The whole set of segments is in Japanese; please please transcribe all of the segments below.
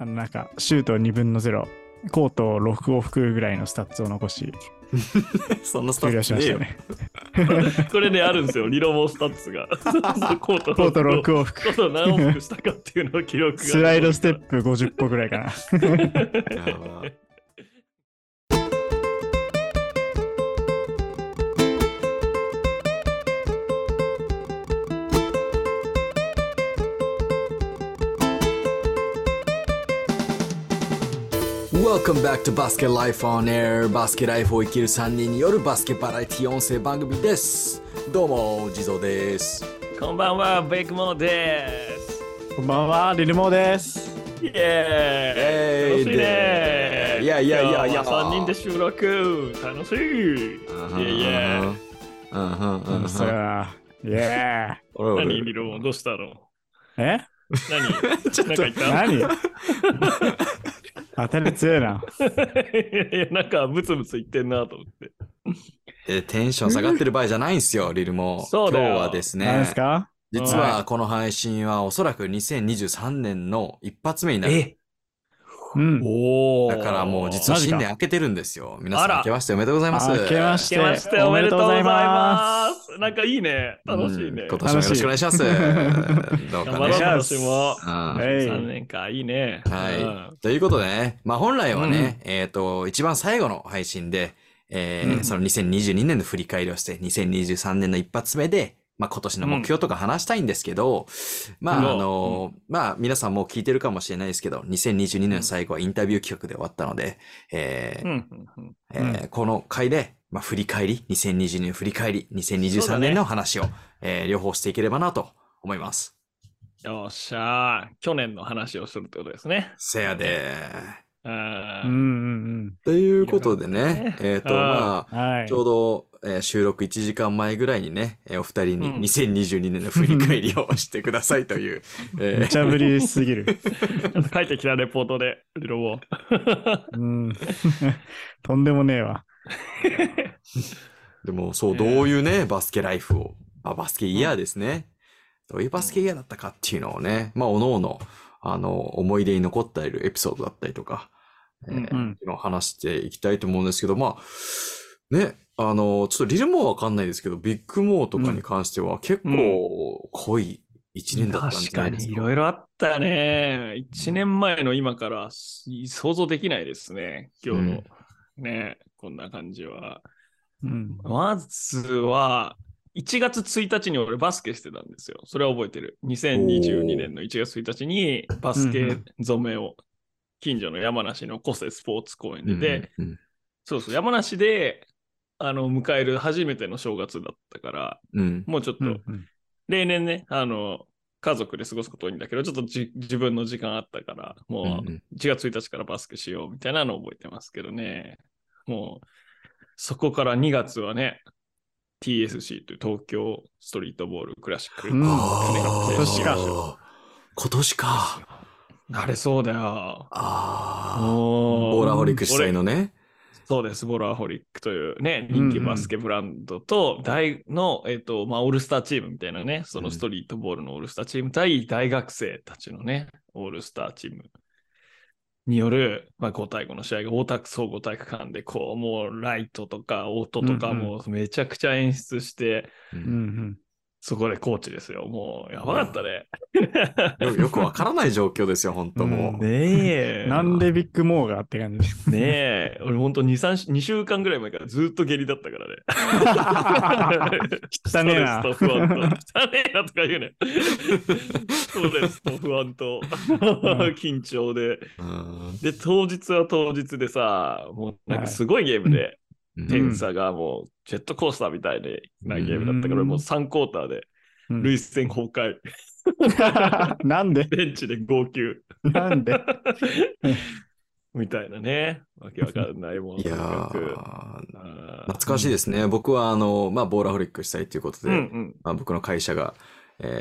なんかシュート2分の0、コート6往復ぐらいのスタッツを残しそんなスタ終了ッツねえよ。 しましたね。 これね、あるんですよ、リロモスタッツが。コートコート6 6 往復コート何往復したかっていうのを記録が。 スライドステップ50歩ぐらいかな。 やば。Welcome back to Basket Life on Air バスケライフを生きる3人によるバスケバラエティ音声番組です。どうも地蔵です。 こんばんは、ベイクモーです。 こんばんは、リルモーです。 イエーイ、楽しいね。 いやいやいやいや、 3人で収録楽しい。イエーイ。 それはイエ何リロモ、どうしたの？ ーイ。 何ちょっとなんか言った何当たり強いな。 いや、なんかブツブツ言ってんなと思って。 テンション下がってる場合じゃないんですよ、リルも。 そうだよ。 今日はですね、 何ですか？ 実はこの配信はおそらく2023年の一発目になる。 おだからもう実は新年明けてるんですよ。皆さん明けましておめでとうございます。 明けまし明けましておめでとうございます。なんかいいね。楽しいね。 今年もよろしくお願いします。どうかね。 頑張ろう、今年も。 はい 3年か、いいね。 はい。ということでね、まあ本来はね、一番最後の配信で、その2022年の振り返りをして、2023年の一発目で、まあ今年の目標とか話したいんですけど、まあまあ皆さんもう聞いてるかもしれないですけど、2022年の最後はインタビュー企画で終わったので、この回で、まあ振り返り、2022年振り返り、2023年の話を、両方していければなと思います。 よっしゃー。去年の話をするってことですね。 せやでということでね、まあ、ちょうど、収録1時間前ぐらいにね、お二人に2022年の振り返りをしてくださいという。 無茶ぶりすぎる。 書いてきたレポートで、リロボ。 とんでもねえわ。 でも、そう、どういうね、バスケライフを、バスケイヤーですね。どういうバスケイヤーだったかっていうのをね、まあ、おのおの、思い出に残っているエピソードだったりとか、話していきたいと思うんですけど、まあ、ね、ちょっとリルモはわかんないですけど、ビッグモーとかに関しては結構濃い一年だったんじゃないですか。 確かにいろいろあったね。1年前の今から想像できないですね。今日のね、こんな感じは。まずは、1月1日に俺バスケしてたんですよ。それは覚えてる。2022年の1月1日にバスケ染めを近所の山梨のコセスポーツ公園で、そうそう、山梨で迎える初めての正月だったから、もうちょっと、例年ね、家族で過ごすこと多いんだけど、ちょっと自分の時間あったから、もう1月1日からバスケしようみたいなのを覚えてますけどね。もう、そこから2月はね、TSC という東京ストリートボールクラシック。 今年か。 今年か。 あれそうだよ。 ボーラホリック主催のね。 そうです。ボーラホリックというね、人気バスケブランドと、大の、まあ、オールスターチームみたいなね、そのストリートボールのオールスターチーム対大学生たちのね、オールスターチームによる、まあ、5対5の試合が大田区総合体育館で、こう、もうライトとか音とかもめちゃくちゃ演出して、そこでコーチですよ。もう、やばかったね。 よくわからない状況ですよ、本当もう。 ねえ。 なんでビッグモーがって感じです。 ねえ。俺本当2週間ぐらい前からずっと下痢だったからね。 汚ねえな。 ストレスと不安と。汚ねえなとか言うね。ストレスと不安と緊張で。で、当日は当日でさ、もうなんかすごいゲームで。点差がもうジェットコースターみたいなゲームだったから、もう3クォーターで累戦崩壊。 なんでベンチで号泣。 なんでみたいなね。わけわかんないもん。 いやー、懐かしいですね。僕はまあ、ボーラホリックしたいということで、まあ、僕の会社が、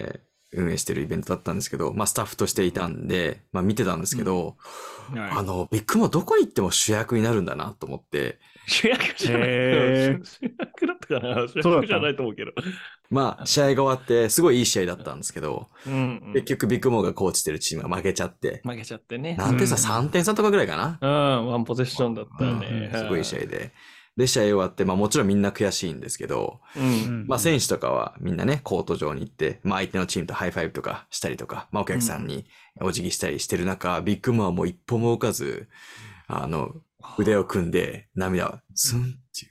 運営してるイベントだったんですけど、まあスタッフとしていたんで、まあ見てたんですけど、 はい、 ビッグモどこに行っても主役になるんだなと思って、 主役じゃない。主役だったかな、主役じゃないと思うけど。 まあ試合が終わってすごいいい試合だったんですけど、 うんうん、 結局ビッグモがコーチしてるチームが負けちゃって、 負けちゃってね。 何点差 ?3 点差とかぐらいかな。 うん、ワンポゼッションだったよね。 すごい試合で。で、試合終わって、まあもちろんみんな悔しいんですけど、 うん。 まあ選手とかはみんなね、コート上に行って、まあ相手のチームとハイファイブとかしたりとか、まあお客さんにお辞儀したりしてる中、ビッグモはもう一歩も動かず、腕を組んで涙をスンっていう。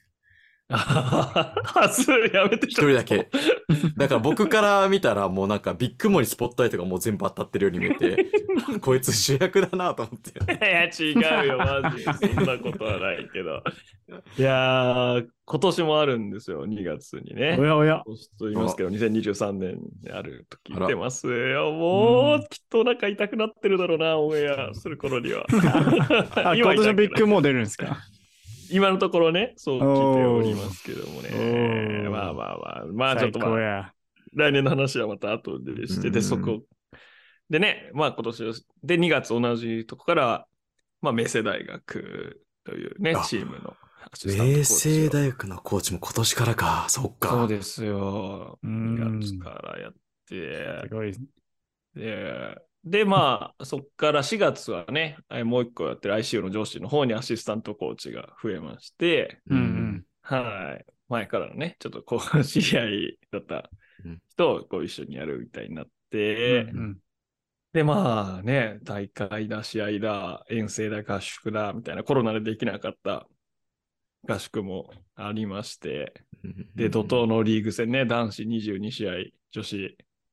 やめて一人だけ。だから僕から見たらもうなんかビッグモにスポットライトがもう全部当たってるように見えて、こいつ主役だなと思って。 いや、違うよ、マジで。そんなことはないけど。いやー、今年もあるんですよ、2月にね。 おやおや。 と言いますけど、2023年にあると聞いてますよ。もう、きっとお腹痛くなってるだろうな、オンエアする頃には。 今年のビッグモ出るんですか？ 今のところね、そう聞いておりますけどもね。まあまあまあ、まあちょっとまあ、来年の話はまた後でして、で、そこ。でね、まあ今年で2月同じとこから、まあ明星大学というね、チームのアシスタントコーチ。 明星大学のコーチも今年からか、そっか。 そうですよ。2月からやって。 すごい。 で、まあ、そっから4月はね、もう一個やってる ICU の上司の方にアシスタントコーチが増えまして、はい。前からのね、ちょっとこう、知り合いだった人と一緒にやるみたいになって、で、まあね、大会だ、試合だ、遠征だ、合宿だ、みたいなコロナでできなかった合宿もありまして、で、怒涛のリーグ戦ね、男子22試合、女子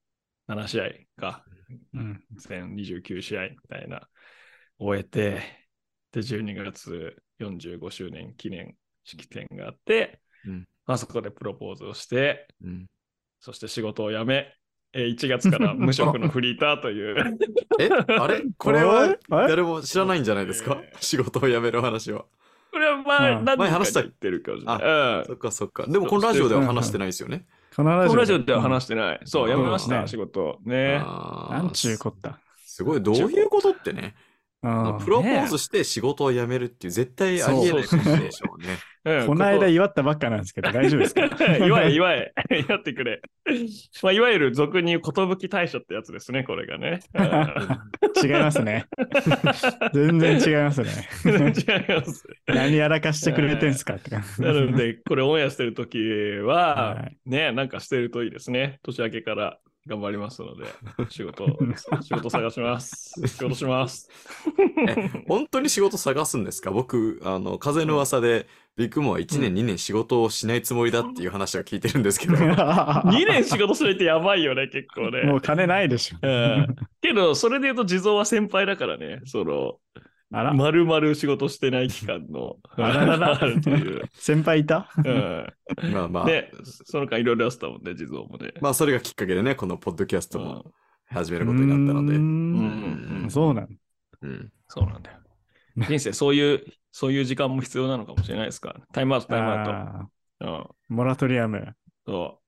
7試合か、全29試合みたいな、終えて、で、12月45周年記念式典があって、あそこでプロポーズをして、そして仕事を辞め、1月から無職のフリーターという。 あれこれは誰も知らないんじゃないですか？仕事を辞める話は。 これは前話した言ってるかもしれない。 そっかそっか。でもこのラジオでは話してないですよね。 このラジオでは話してない。そう、辞めました、仕事。ね。 なんちゅうこった。 すごい、どういうことってね。プロポーズして仕事を辞めるっていう絶対ありえないことでしょうね。 この間祝ったばっかなんですけど、大丈夫ですか？ 祝ってくれ。まあ、いわゆる俗に言う寿大社ってやつですね、これがね。 違いますね。全然違いますね。 違います。 何やらかしてくれてんすかって感じ。 なので、これオンエアしてるときは、ね、なんかしてるといいですね。年明けから頑張りますので、仕事探します。仕事します。 本当に仕事探すんですか？僕、風の噂で、ビッグモは1年、2年仕事をしないつもりだっていう話は聞いてるんですけど。 2年仕事しないってやばいよね、結構ね。 もう金ないでしょ。 けど、それで言うと地蔵は先輩だからね、丸々仕事してない期間のあるという。 先輩いた？ まあまあ。 で、その間いろいろやってたもんね、地蔵もね。 まあそれがきっかけでね、このポッドキャストも始めることになったので。 そうなんそうなんだよ。人生そういう時間も必要なのかもしれないですから、タイムアウト。 モラトリアム。 そう。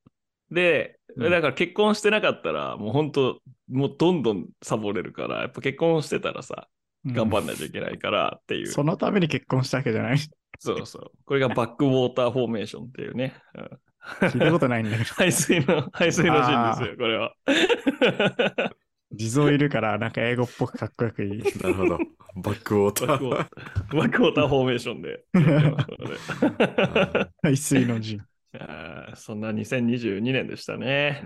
で、だから結婚してなかったら、もう本当、もうどんどんサボれるから、やっぱ結婚してたらさ、頑張んないといけないからっていう。 そのために結婚したわけじゃない。 そうそう。これがバックウォーターフォーメーションっていうね。 聞いたことないんだけど。 排水のシーンですよ、これは。 地蔵いるから、なんか英語っぽくかっこよくいい。 なるほど。バックウォーター。 バックウォーターフォーメーションで。 排水の陣。 そんな2022年でしたね。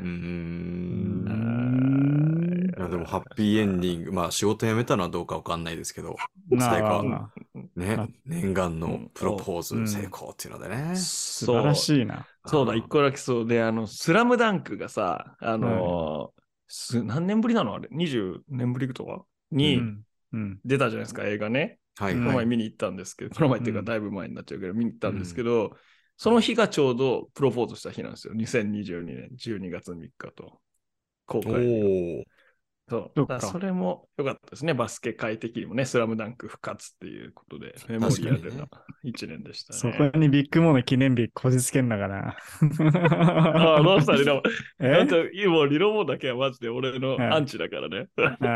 でもハッピーエンディング。まあ仕事辞めたのはどうかわかんないですけど、最後はね、念願のプロポーズ成功っていうのでね。 素晴らしいな。 そうだ、一個だけそうで、スラムダンクがさ、何年ぶりなのあれ ?20 年ぶりとかに出たじゃないですか、映画ね。この前見に行ったんですけど、この前っていうかだいぶ前になっちゃうけど、見に行ったんですけど、その日がちょうどプロポーズした日なんですよ。2022年12月3日と。公開。 そう。 そっかそれも良かったですね。バスケ界的にもね、スラムダンク復活っていうことで、メモリアルな1年でしたそね。 こにビッグモーの記念日こじつけんのかな。 ああ、どうしたリロモ。 え今、リロモだけはマジで俺のアンチだからね。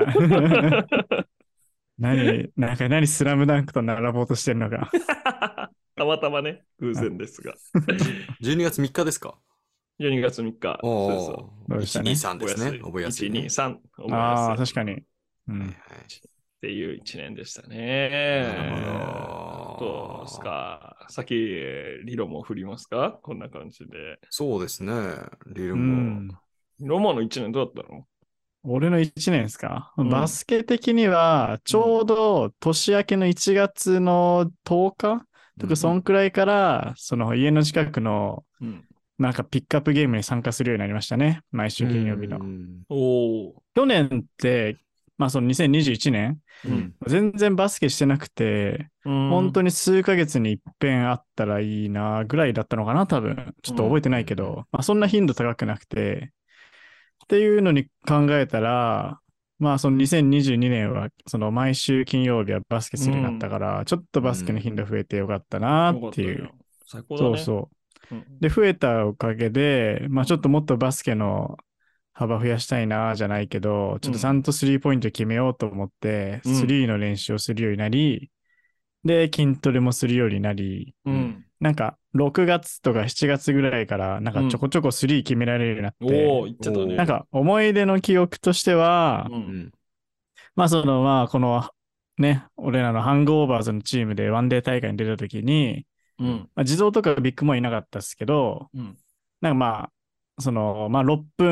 何スラムダンクと並ぼうとしてんのか。 たまたまね、偶然ですが。 12月3日ですか？ 12月3日。そうそそうでしたね 123ですね。覚えやすいね。 123。覚えああ、 やすい。 確かに。 はいはい。 っていう1年でしたなるね。 ほどどうですか。さっき、リロも振りますか？こんな感じで。 そうですね。リルうも。 ん。 リロマの1年どうだったの？ 俺の1年ですか、 んバスケ的には、ちょうど年明けの1月の10日とか、そんくらいから、その家の近くの、 うん。 なんかピックアップゲームに参加するようになりましたね。毎週金曜日の。 おお。 去年って、まあその2021年、全然バスケしてなくて、本当に。 に数ヶ月に一遍あったらいいなぐらいだったのかな、多分。ちょっと覚えてないけど、まあそんな頻度高くなくて、っていうのに考えたら、まあその2022年は、その毎週金曜日はバスケするようになったから、ちょっとバスケの頻度増えてよかったなっていう。 最高だね。 そうそう。で、増えたおかげで、まあちょっともっとバスケの幅増やしたいなじゃないけど、ちょっとちゃんとスリーポイント決めようと思って、スリーの練習をするようになり、で、筋トレもするようになり、なんか6月とか7月ぐらいからなんかちょこちょこスリー決められるようになって、なんか思い出の記憶としては、まあそのまあこのね、俺らのハングオーバーズのチームでワンデー大会に出た時に、まあ、地蔵とかビッグモンいなかったですけど、なんかまあ、そのまあ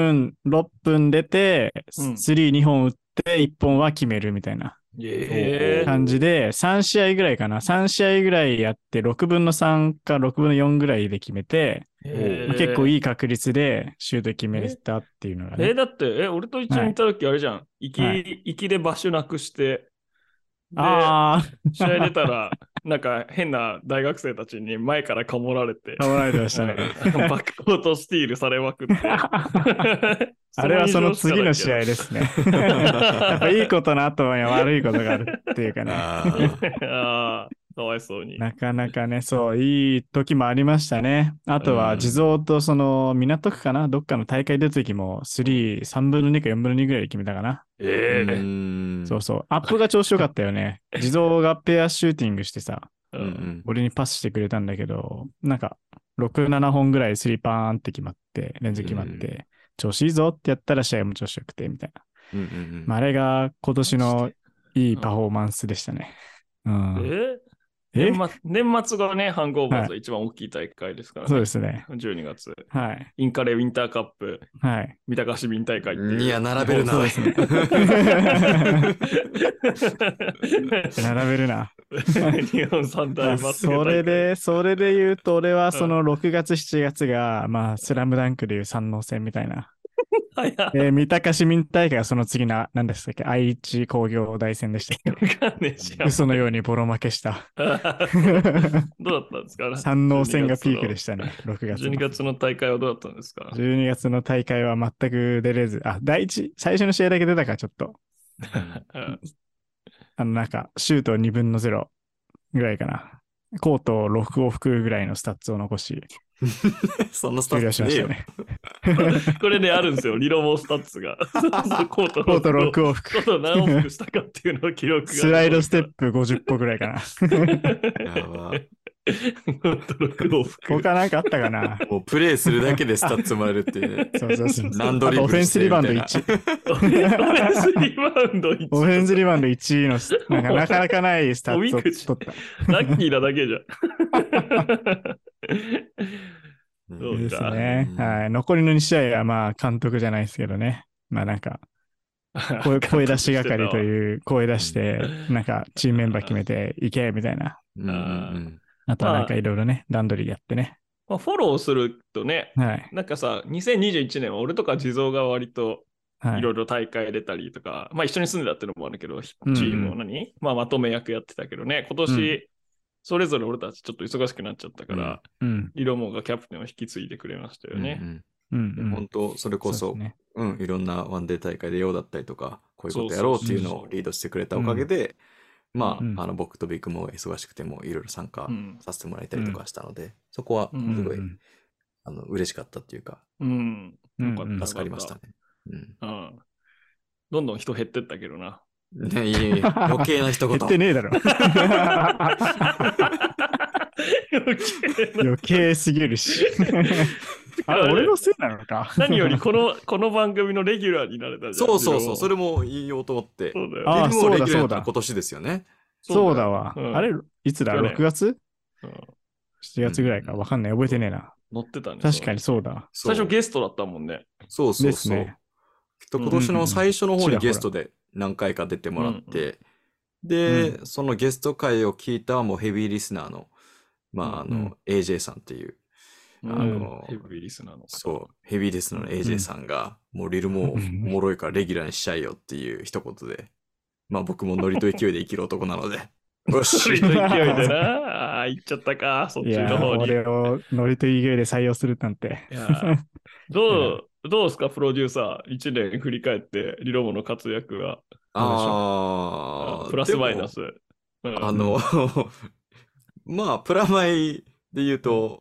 6分出て、スリー2本打って1本は決めるみたいな。感じで、3試合ぐらいかな。3試合ぐらいやって、6分の3か6分の4ぐらいで決めて、まあ、結構いい確率でシュート決めれたっていうのがね。 だって、俺と一緒にいた時あれじゃん。行きで場所なくして、で、試合出たら、なんか変な大学生たちに前からかもられて。 かもられてましたね。 バックコートスティールされまくって。 あれはその次の試合ですね。やっぱいいことの後には悪いことがあるっていうかね。 かわいそうに。 なかなかね、そう、いい時もありましたね。あとは、地蔵とその港区かな、どっかの大会出た時も、3分の2か4分の2ぐらいで決めたかな。そうそう。アップが調子よかったよね。地蔵がペアシューティングしてさ、俺にパスしてくれたんだけど、なんか、6、7本ぐらいスリーパーンって決まって、連続決まって、調子いいぞってやったら試合も調子よくて、みたいな。まあ、あれが今年のいいパフォーマンスでしたね。 年末がね、ハングオーバーズが一番大きい大会ですからね。 そうですね。 12月。 はい。 インカレウィンターカップ。 はい。 三鷹市民大会っていう。 いや、並べるな。 そうですね。並べるな。 日本三大バスケ大会。それで言うと、俺はその6月、7月が、まあ、スラムダンクでいう三能戦みたいな。三鷹市民大会はその次の、何でしたっけ、愛知工業大戦でしたっけ。嘘のようにボロ負けした。 どうだったんですか？ 三能戦がピークでしたね、6月。 12月の大会はどうだったんですか ？12月の大会は全く出れず、最初の試合だけ出たか、ちょっと。なんか、シュート2分の0ぐらいかな。コート6往復ぐらいのスタッツを残し、 そんなスタッツねえよ。 これね、あるんですよ。リロモスタッツが。コート 6往復。 コート何往復したかっていうのを記録が。 スライドステップ50歩ぐらいかな。 やば。 他なんかあったかな。 もうプレイするだけでスタッツもらえるっていうね。 そう。 何ドリブルしてるみたいな。 オフェンスリバウンド1。 オフェンスリバウンド1位の、なかなかないスタッツを取った。 ラッキーなだけじゃん。 そうですね。はい。残りの2試合はまあ監督じゃないですけどね。まあなんか、声出し係という声出して、なんかチームメンバー決めていけみたいな。あとはなんかいろいろね、段取りやってね。 フォローするとね、なんかさ、2021年は俺とか地蔵が割といろいろ大会出たりとか、まあ一緒に住んでたっていうのもあるけど、チームをまあまとめ役やってたけどね、今年、それぞれ俺たちちょっと忙しくなっちゃったから、リロモがキャプテンを引き継いでくれましたよね。 本当、それこそ、 ね、 いろんなワンデー大会でようだったりとか、こういうことやろうっていうのをリードしてくれたおかげで、僕とビッグも忙しくてもいろいろ参加させてもらえたりとかしたので、そこはすごい、嬉しかったっていうか、助かりましたね。 どんどん人減ってったけどな。 ね、いい余計な一言。 減ってねえだろ。余計すぎるし。あれ、俺のせいなのか。 何よりこの番組のレギュラーになれたじゃん。 そう、それも言おうと思って。 そうだよ。 リルもレギュラーだった今年ですよね。 そうだわ。あれ、いつだ ?6 月 ?7 月ぐらいか。わかんない。覚えてねえな。 乗ってたね。 確かにそうだ。 最初ゲストだったもんね。 そう。きっと今年の最初の方にゲストで何回か出てもらって、で、そのゲスト回を聞いたもうヘビーリスナーの、AJ さんっていう、 ヘビーリスナーの。 そう、ヘビーリスナーの AJ さんが、もうリルもおもろいからレギュラーにしちゃいよっていう一言で、僕もノリと勢いで生きる男なので、 よし。ノリと勢いでな。行っちゃったか、そっちの方に。 俺をノリと勢いで採用するなんて。 どうですか、プロデューサー。1年振り返って、リロモの活躍が。プラスマイナス。 プラマイで言うと、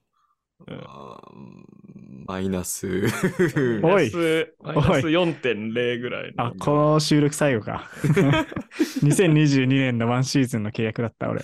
マイナス。 おい。 マイナス 4.0 ぐらいの。 この収録最後か。2022年のワンシーズンの契約だった、俺。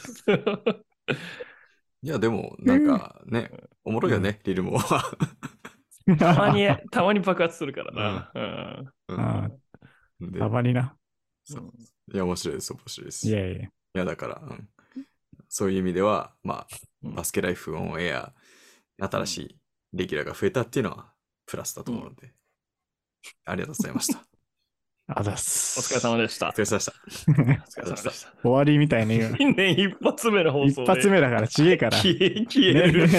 いや、でも、なんかね、おもろいよね、リルモは。 たまに爆発するからな。 たまにな。 いや、面白いです、面白いです。 いや、だから、そういう意味では、バスケライフオンエア、新しいレギュラーが増えたっていうのは、プラスだと思うので、ありがとうございました。 あざっす。 お疲れ様でした。 お疲れ様でした。 お疲れ様でした。 終わりみたいに言う。 新年一発目の放送一発目だからちげえから。 消える。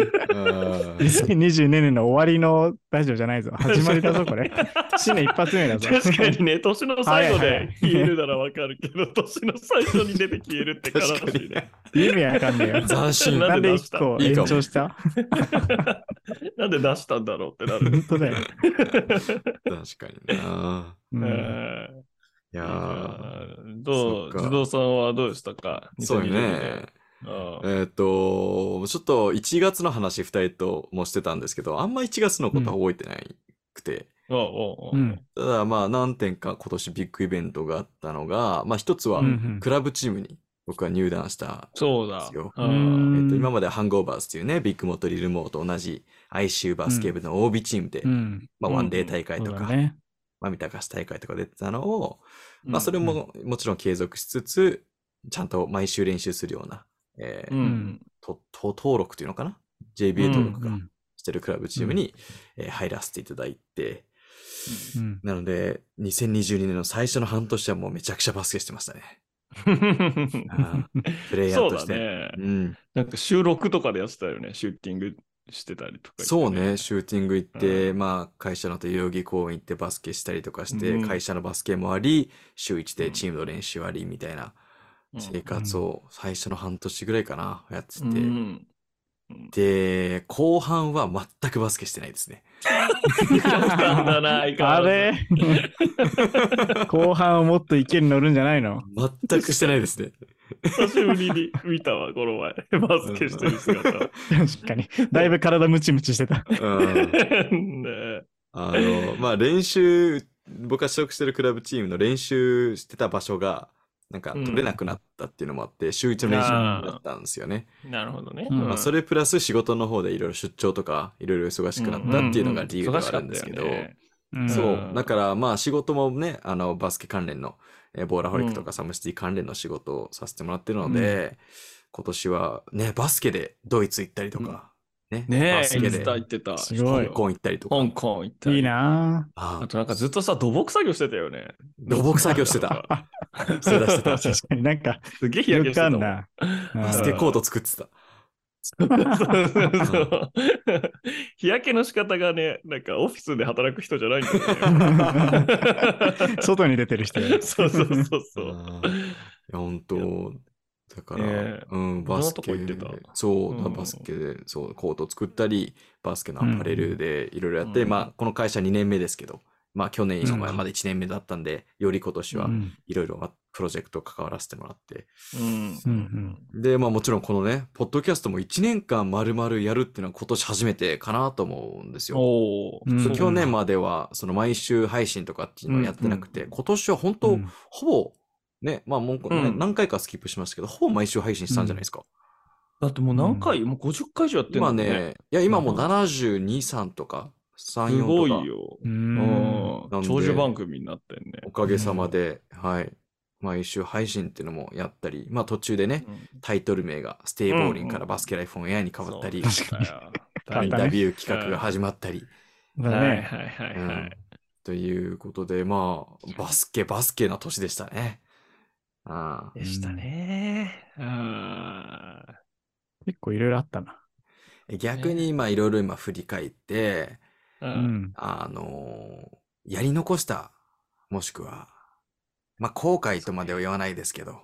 2022年の終わりのラジオじゃないぞ。始まりだぞ、これ。新年一発目だぞ。 確かにね、年の最後で消えるならわかるけど、年の最初に出て消えるって悲しいね。 意味わかんないよ。 斬新。 なんで一個延長したなんで出したんだろうってなる。 本当だよ。 確かにな。いや児童さんはどうでしたか？ そうよね。ちょっと1月の話2人ともしてたんですけど、あんま1月のことは覚えてなくて。ただ何点か今年ビッグイベントがあったのが、一つはクラブチームに僕は入団したんですよ。今までハングオーバーズっていうね、ビッグモとリルモと同じICUバスケ部の OB チームで、ワンデー大会とか、三鷹市大会とか出てたのを、それももちろん継続しつつ、ちゃんと毎週練習するような、登録というのかな ?JBA 登録がしてるクラブチームに、入らせていただいて、なので、2022年の最初の半年はもうめちゃくちゃバスケしてましたね。プレイヤーとして。 そうだね。なんか収録とかでやってたよね、シューティングしてたりとか、 そうね、シューティング行って、会社の代々木公園行ってバスケしたりとかして、会社のバスケもあり、週1でチームの練習ありみたいな生活を最初の半年ぐらいかな、やってて。で、後半は全くバスケしてないですね。 あれ後半はもっと勢いに乗るんじゃないの？ 全くしてないですね。 久しぶりに見たわ、この前。バスケしてる姿。 確かに。だいぶ体ムチムチしてた。 練習、僕が所属してるクラブチームの練習してた場所が、なんか取れなくなったっていうのもあって、週1の練習だったんですよね。 なるほどね。 それプラス仕事の方でいろいろ出張とか、いろいろ忙しくなったっていうのが理由ではあるんですけど、そう。だから仕事もね、バスケ関連の、ボーラホリックとかサムシティ関連の仕事をさせてもらってるので、今年はね、バスケでドイツ行ったりとか、バスケで香港行ったりとか。 香港行ったり。 いいなぁ。あとなんかずっとさ、土木作業してたよね。 土木作業してた。それ出してた。 確かになんか、 すげえ日焼けしてたもん。 バスケコート作ってた。 日焼けの仕方がね、なんかオフィスで働く人じゃないんだよね。 外に出てる人。 そう。 いや、本当だから、バスケ、そう、バスケで、そう、コート作ったり、バスケのアパレルでいろいろやって、まあ、この会社2年目ですけど、まあ、去年まだ1年目だったんで、より今年はいろいろプロジェクト関わらせてもらって。で、まあ、もちろんこのね、ポッドキャストも1年間丸々やるっていうのは今年初めてかなと思うんですよ。去年までは、その毎週配信とかっていうのをやってなくて、今年は本当、ほぼ、ね、まあもう、ね何回かスキップしましたけど、ほぼ毎週配信したんじゃないですか。 だってもう何回、もう50回以上やってんのね。 今ね、いや、今もう72、3とか、3、4とか。 すごいよ。長寿番組になってんね。 おかげさまで、はい。毎週配信っていうのもやったり、まあ途中でね、タイトル名がステイボーリンからバスケライフォンエアに変わったり、インタビュー企画が始まったり。 はいということで、まあ、バスケな年でしたね。 でしたね。 結構いろいろあったな。 逆にまあいろいろ今振り返って、やり残した、もしくは、まあ後悔とまでは言わないですけど、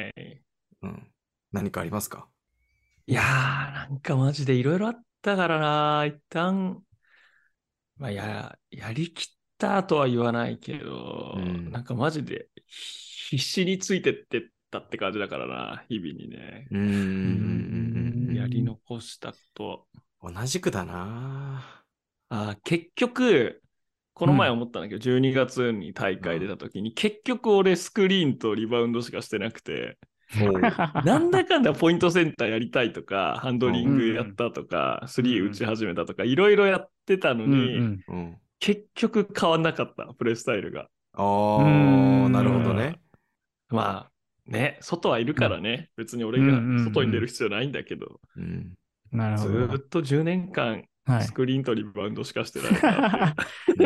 何かありますか？ いやー、なんかマジでいろいろあったからな、一旦、まあやりきったとは言わないけど、なんかマジで必死についてってたって感じだからな、日々にね。やり残したこと。 同じくだな。 結局、この前思ったんだけど、12月に大会出た時に、結局俺スクリーンとリバウンドしかしてなくて、なんだかんだポイントセンターやりたいとか、ハンドリングやったとか、スリー打ち始めたとか、いろいろやってたのに、結局変わんなかった、プレースタイルが。 なるほどね。 まあ、ね、外はいるからね、別に俺が外に出る必要ないんだけど、ずっと10年間、スクリーンとリバウンドしかしてないなって。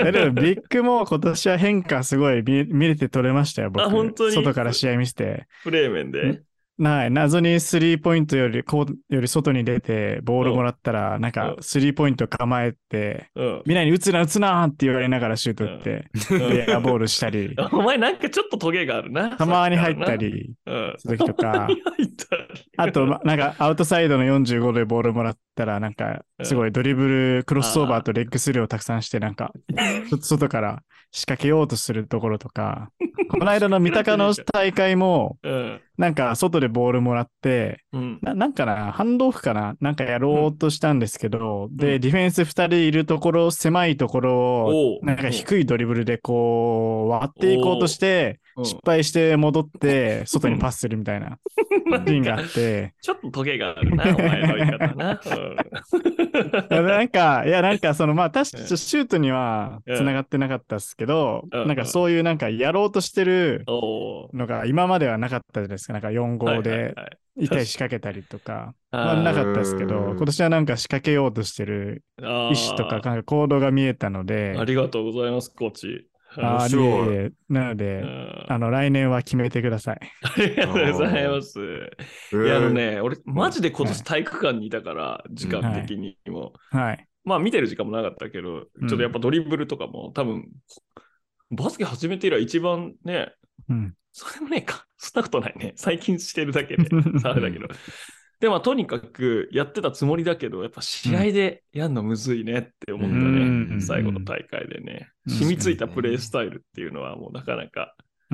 でもビッグも今年は変化すごい見れて取れましたよ、僕。 本当に外から試合見せて。 プレー面で。 謎にスリーポイントより外に出てボールもらったら、なんかスリーポイント構えて、みんなに打つなって言われながらシュート打って、エアボールしたり。 お前なんかちょっとトゲがあるな。 たまに入ったりする時とか。あと、なんかアウトサイドの45度でボールもらったら、なんかすごいドリブル、クロスオーバーとレッグスルーをたくさんして、なんか外から仕掛けようとするところとか、この間の三鷹の大会も、なんか外でボールもらって、なんかな、ハンドオフかななんかやろうとしたんですけど、で、ディフェンス2人いるところ、狭いところを、なんか低いドリブルでこう、割っていこうとして、失敗して戻って、外にパスするみたいなシーンがあって。 ちょっとトゲがあるな、お前の言い方な。 なんかまあ確かにシュートには繋がってなかったですけど、なんかそういうなんかやろうとしてるのが今まではなかったじゃないですか。なんか4-5で一回仕掛けたりとかはなかったですけど、今年はなんか仕掛けようとしてる意思とかなんか行動が見えたので。 ありがとうございます、コーチ。 なので、来年は決めてください。 ありがとうございます。いや、俺、マジで今年体育館にいたから、時間的にも。まあ、見てる時間もなかったけど、ちょっとやっぱドリブルとかも、多分、バスケ始めて以来一番ね、それもね、そんなことないね。最近してるだけで、あれだけど。でもとにかくやってたつもりだけど、やっぱ試合でやるのむずいねって思ったね。最後の大会でね。染みついたプレイスタイルっていうのはもうなかなか。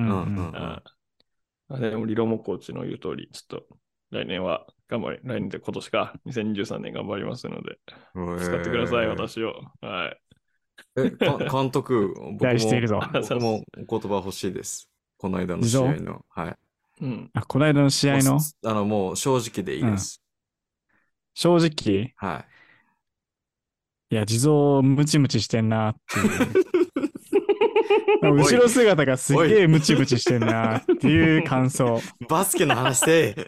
でもリロモコーチの言う通り、ちょっと来年は来年で今年か、2023年頑張りますので、使ってください、私を。はい。 監督、僕もお言葉欲しいです。この間の試合の。はい。 この間の試合のもう正直でいいです。 正直はい。 いや、地蔵ムチムチしてんなっていう。後ろ姿がすげえムチムチしてんなっていう感想。 バスケの話で。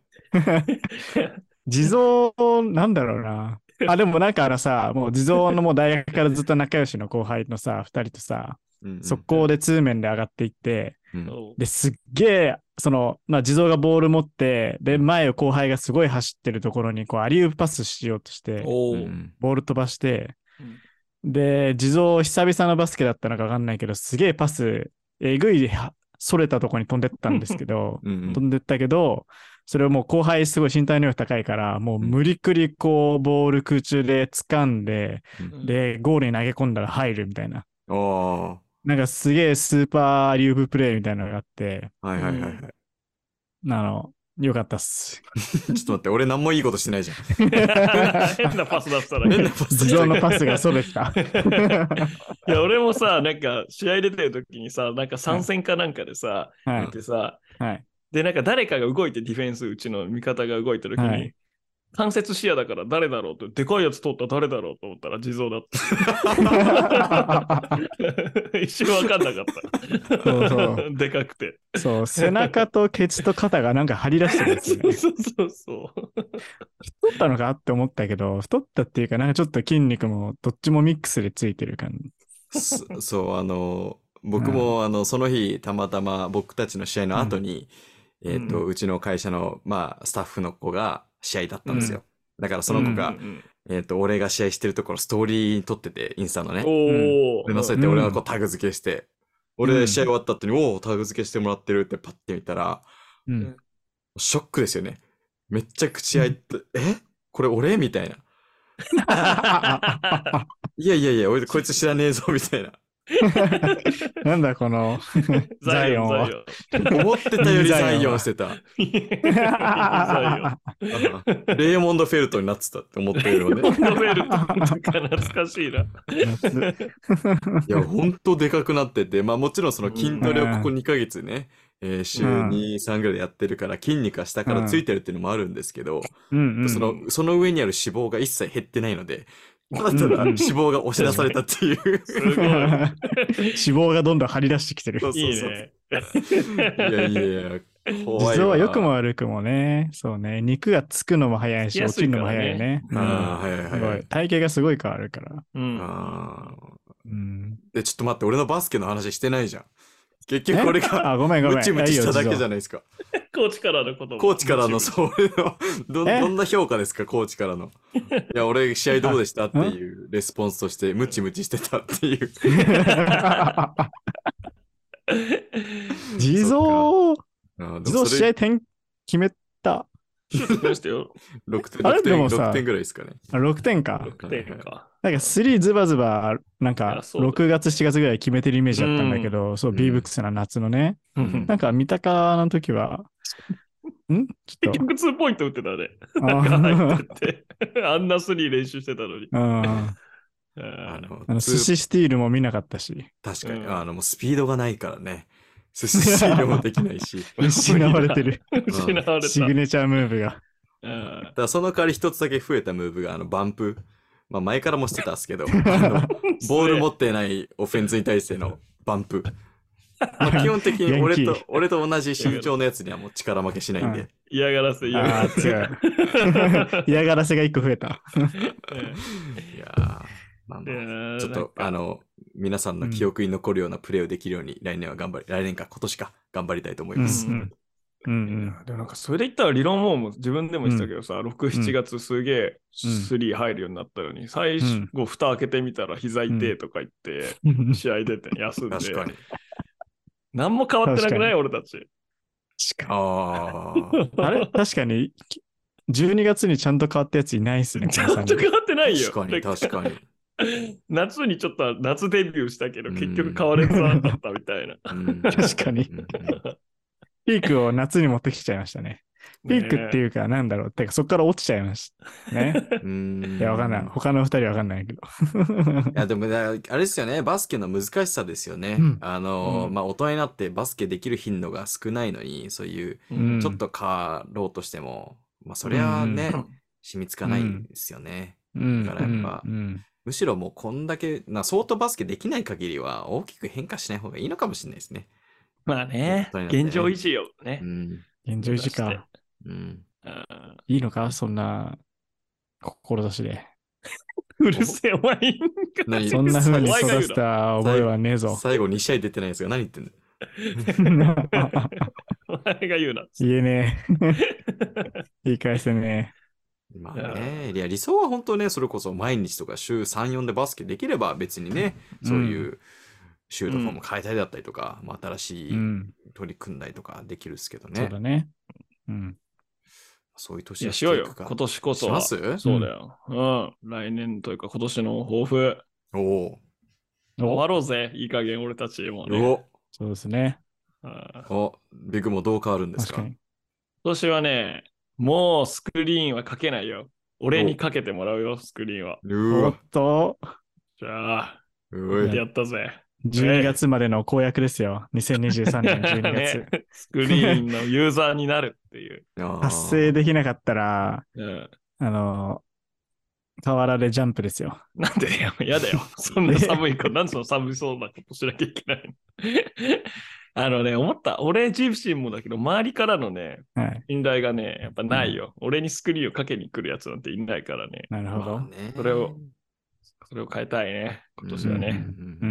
地蔵、なんだろうな。でもなんかもう地蔵のもう大学からずっと仲良しの後輩のさ、2人とさ、速攻で2面で上がっていって、ですっげえ、地蔵がボール持って、で、前を後輩がすごい走ってるところに、こう、アリウープパスしようとして、ボール飛ばして、で、地蔵久々のバスケだったのかわかんないけど、すげえパス、えぐいそれたところに飛んでったんですけど、飛んでったけど、 それをもう後輩すごい身体能力高いから、もう無理くりこう、ボール空中で掴んで、で、ゴールに投げ込んだら入るみたいな。なんかすげえスーパーアリウーププレイみたいなのがあって、よかったっす。 ちょっと待って、俺何もいいことしてないじゃん。 変なパス出したら。 自動のパスがそれた。 いや、俺もさ、なんか試合出てる時にさ、なんか参戦かなんかでさ、 はい、 でさ、 はい、 で、なんか誰かが動いてディフェンス、うちの味方が動いた時に、はい、間接視野だから誰だろうと、でかいやつ通ったら誰だろうと思ったら地蔵だった。一瞬わかんなかった。そうそうでかくて。 そう、背中とケツと肩がなんか張り出してるんですよね。 そう。 太ったのかって思ったけど、太ったっていうか、なんかちょっと筋肉もどっちもミックスでついてる感じ。 そう、僕もその日たまたま僕たちの試合の後に、うちの会社の、スタッフの子が試合だったんですよ。だからその子が、俺が試合してるところストーリーに撮ってて、インスタのね。で、載せて俺がこうタグ付けして、俺試合終わった後に、タグ付けしてもらってるってパッて見たら、ショックですよね。めっちゃ口開いて、これ俺みたいな。いや、俺こいつ知らねえぞ、みたいな。 なんだこのザイオンは。 思ってたよりザイオンしてた。レーモンド・フェルトになってたって思ってるよね。 レーモンド・フェルトとか懐かしいな。いや、ほんとでかくなってて、もちろんその筋トレをここ2ヶ月ね、週2、3ぐらいやってるから筋肉が下からついてるっていうのもあるんですけど、その上にある脂肪が一切減ってないので、ただ脂肪が押し出されたっていう。 すごい。 脂肪がどんどん張り出してきてる。 いいね。 いや、 実は良くも悪くもね、そうね、肉がつくのも早いし、落ちるのも早いね。体型がすごい変わるから。 で、ちょっと待って、俺のバスケの話してないじゃん。結局俺がムチムチしただけじゃないですか。 コーチからのことコーチからの、そういうの、どんな評価ですか、コーチからの。いや、俺、試合どうでしたっていうレスポンスとして、ムチムチしてたっていう。 地蔵試合点決めた。 シュート決めましたよ。 6点ぐらいですかね。 6点か。 6点か。 なんか3ズバズバ、なんか6月、7月ぐらい決めてるイメージだったんだけど、そう、ビーブックスな夏のね。なんか三鷹の時は、 結局2ポイント打ってたね。あんな3練習してたのに。 寿司スティールも見なかったし。 確かに、もうスピードがないからね。寿司スティールもできないし。 失われてる。 失われた。 シグネチャームーブが。 だからその代わり一つだけ増えたムーブが、バンプ。前からもしてたんですけど、ボール持ってないオフェンスに対してのバンプ。基本的に俺と同じ身長のやつにはもう力負けしないんで。 嫌がらせ。 嫌がらせが一個増えた。 いやちょっと皆さんの記憶に残るようなプレーをできるように来年か今年か頑張りたいと思います。 でもなんかそれで言ったら理論も自分でも言ってたけどさ、6、7月すげえ3入るようになったのに、最後蓋開けてみたら膝痛いとか言って試合出て休んで。 確かに。 何も変わってなくない俺たち。 あれ確かに12月にちゃんと変わったやついないっすね。 ちゃんと変わってないよ。 確かに。 夏にちょっと夏デビューしたけど結局変われずなかったみたいな。 確かに。ピークを夏に持ってきちゃいましたね。ピークっていうかなんだろう。てかそこから落ちちゃいましたね。いやわかんない。他の2人はわかんないけど。 いやでもあれですよね。バスケの難しさですよね。大人になってバスケできる頻度が少ないのに、そういうちょっと変わろうとしても、そりゃね、染みつかないんですよね。だからやっぱ、むしろもうこんだけ相当バスケできない限りは大きく変化しない方がいいのかもしれないですね。 まあね、現状維持よね。 現状維持か。いいのかそんな志で。 うるせえ、お前いいんか。 そんな風に育てた覚えはねえぞ。 最後2試合出てないですが、何言ってんのお前が言うな。 言えねえ。言い返せねえ。いや、理想は本当ね、それこそ毎日とか週3、4でバスケできれば別にね、そういうシュートフォーム変えたりだったりとか、新しい取り組んだりとかできるっすけどね。 そうだね。 そういういや、 年をししようよ。 ていくか。 今年こそは。 しますそうだよ。来年というか今年の抱負。 おお。 終お、 わろうぜ。いい加減俺たちもね。 おそうですね。 今お、ビッグもどう変わるんですか？ 確かに。 年はね、もうスクリーンはかけないよ。俺にかけてもらうよ、スクリーンは。 おっうわ、 と、 じゃあ、 うい。 やってやったぜ。 12月までの公約ですよ。2023年12月。 ね、スクリーンのユーザーになるっていう。 達成できなかったら、 うん、 あの、河原でジャンプですよ。 なんでよ、やだよ。そんな寒いから、なんでその寒そうなことしなきゃいけないの。思った。俺自身もだけど、周りからのね、 はい。 信頼がね、やっぱないよ。俺にスクリーンをかけに来るやつなんていないからね。 なるほど。 まあね。 それを変えたいね、今年はね。 うん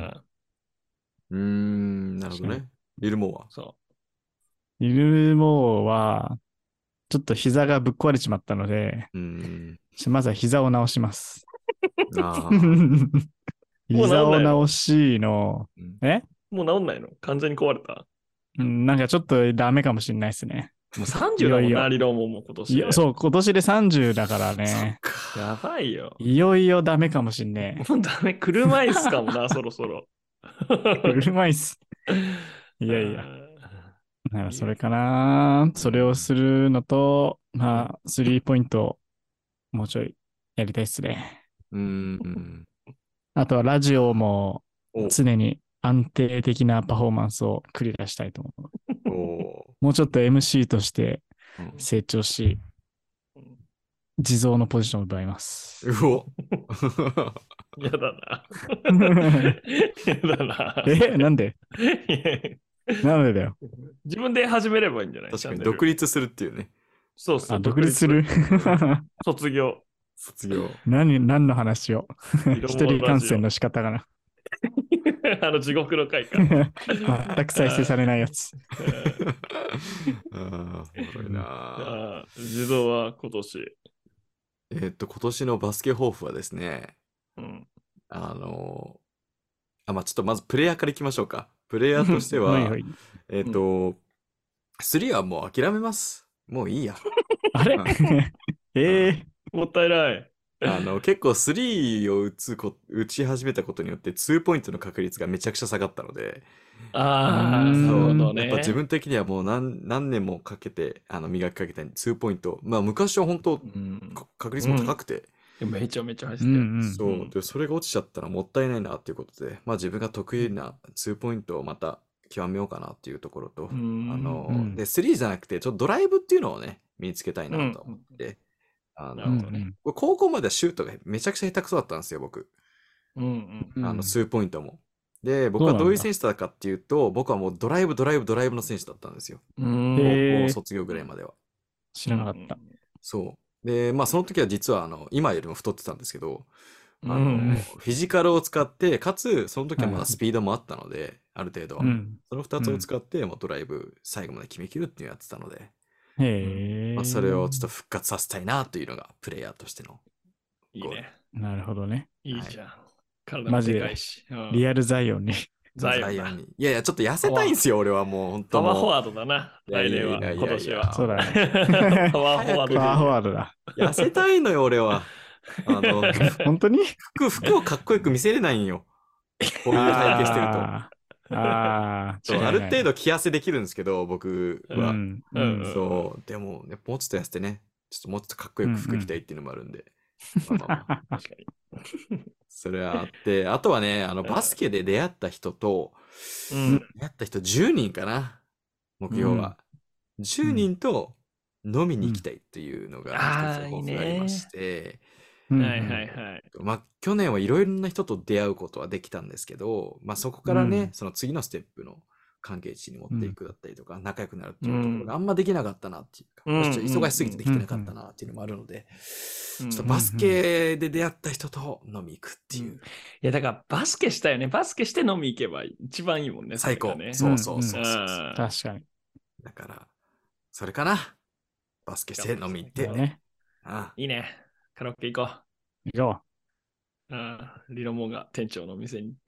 なるほどね。リルモアは。 そイルモーは、ちょっと膝がぶっ壊れちまったので、まずは膝を直します。 あ膝を直しの、 もう治んないの？完全に壊れた？ なんかちょっとダメかもしれないですね。 もう30だもんな、リロももう今年で。 そう、今年で30だからね。 やばいよ。 いよいよダメかもしんねもうダメ、車椅子かもな、そろそろ。 車椅子。いやいや。それかな。それをするのと、まあ、スリーポイント、もうちょいやりたいっすね。あとはラジオも常に安定的なパフォーマンスを繰り出したいと思う。もうちょっと MC として成長し、地蔵のポジションを奪います。 うおやだな。やだな。 なんでなんでだよ。 自分で始めればいいんじゃない？ 確かに独立するっていうね。 そうそう。 独立する卒業。 何の話を一人感染の仕方がな。 地獄の回か。 全く再生されないやつ。 おもろいな。 自動は今年。 今年のバスケ抱負はですね、まあちょっとまずプレイヤーからいきましょうか。プレイヤーとしては、3はもう諦めます。もういいや。 あれもったいない。 結構3を打ち始めたことによって2ポイントの確率がめちゃくちゃ下がったので、 なるほどね。 やっぱ自分的にはもう何年もかけて磨きかけた2ポイント。まあ昔は本当、確率も高くて。 めちゃめちゃ走ってる。 そう。で、それが落ちちゃったらもったいないなっていうことで、まあ自分が得意な2ポイントをまた極めようかなっていうところと、で、3じゃなくて、ちょっとドライブっていうのをね、身につけたいなと思って、高校まではシュートがめちゃくちゃ下手くそだったんですよ、僕。2ポイントも。で、僕はどういう選手だかっていうと、僕はもうドライブの選手だったんですよ。高校卒業ぐらいまでは。 知らなかった。 そう。で、まあその時は実は今よりも太ってたんですけど、フィジカルを使って、かつ、その時はまだスピードもあったので、ある程度は。その2つを使って、もうドライブ最後まで決めきるっていうのをやってたので、それをちょっと復活させたいなというのが、プレイヤーとしての。 いいね。 なるほどね。 いいじゃん。体もでかいし。 リアルザイオンに。 ザイオンに。いやいや、ちょっと痩せたいんですよ、俺はもう。本当パワーフォワードだな。来年は、今年は。 そうだね。 パワーフォワード。 パワーフォワードだ。 痩せたいのよ、俺は。 本当に服をかっこよく見せれないんよ。こういう体型してると。ある程度着痩せできるんですけど、僕は。そう。でも、もうちょっと痩せてね、ちょっともうちょっとかっこよく服着たいっていうのもあるんで。確かに。それはあって、あとはね、バスケで出会った人と、出会った人10人かな、目標は。10人と飲みに行きたいっていうのが一つ抱負がありまして、まあ、去年はいろいろな人と出会うことはできたんですけど、まあ、そこからね、その次のステップの関係値に持っていくだったりとか、仲良くなるっていうところがあんまできなかったなっていうか、忙しすぎてできてなかったなっていうのもあるので、ちょっとバスケで出会った人と飲み行くっていう。 いや、だからバスケしたよね。バスケして飲み行けば一番いいもんね。 最高。そうそうそう。確かに。 だから、それかな。バスケして飲み行って。 いいね。カラオケ行こう。行こう。リロモが店長の店に行って。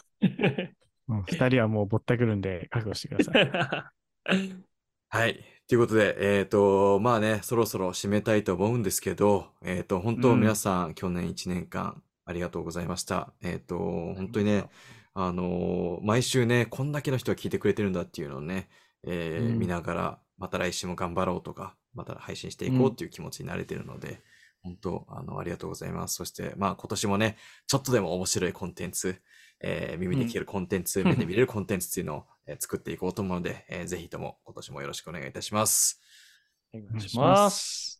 2人はもうぼったくるんで覚悟してください。 はい。 ということで、まあね、そろそろ締めたいと思うんですけど、本当皆さん、去年1年間ありがとうございました。本当にね、毎週ね、こんだけの人が聞いてくれてるんだっていうのをね、見ながら、また来週も頑張ろうとか、また配信していこうっていう気持ちになれてるので、本当、ありがとうございます。そして、まあ今年もね、ちょっとでも面白いコンテンツ、耳で聞けるコンテンツ、目で見れるコンテンツっていうのを作っていこうと思うので、ぜひとも今年もよろしくお願いいたします。 お願いします。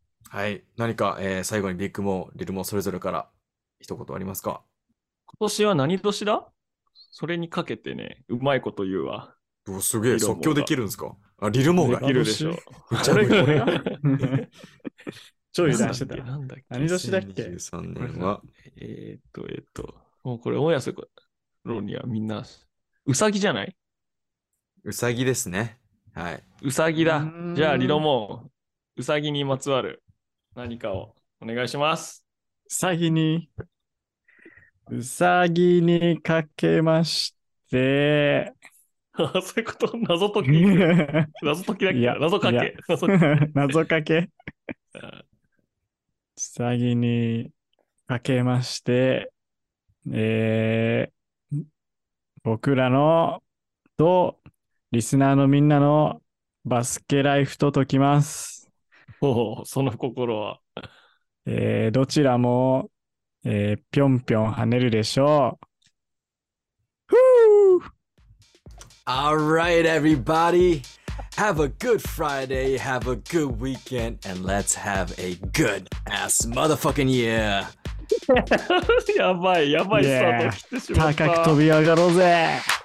はい。何か、最後にビッグもリルもそれぞれから一言ありますか？ 今年は何年だ？それにかけてね、うまいこと言うわ。 すげえ、即興できるんですか？あ、リルモーができるでしょ。 これが超油断してた。 なんだっけ何年だっけ ？2023年は。 もうこれ、大安ロにはみんな、うさぎじゃない？ うさぎですね。はい。 うさぎだ。じゃあ、リロも、うさぎにまつわる何かをお願いします。 うさぎにかけまして、 そういうこと謎解き謎解きだっけ？謎かけ謎かけうさぎにかけまして、僕らのとリスナーのみんなのバスケライフと解きます。 その心は。 どちらも、ぴょんぴょん跳ねるでしょう。 Alright, everybody. Have a good Friday, have a good weekend, and let's have a good ass motherfucking year. やばいスタートを切ってしまった。 高く飛び上がろうぜ。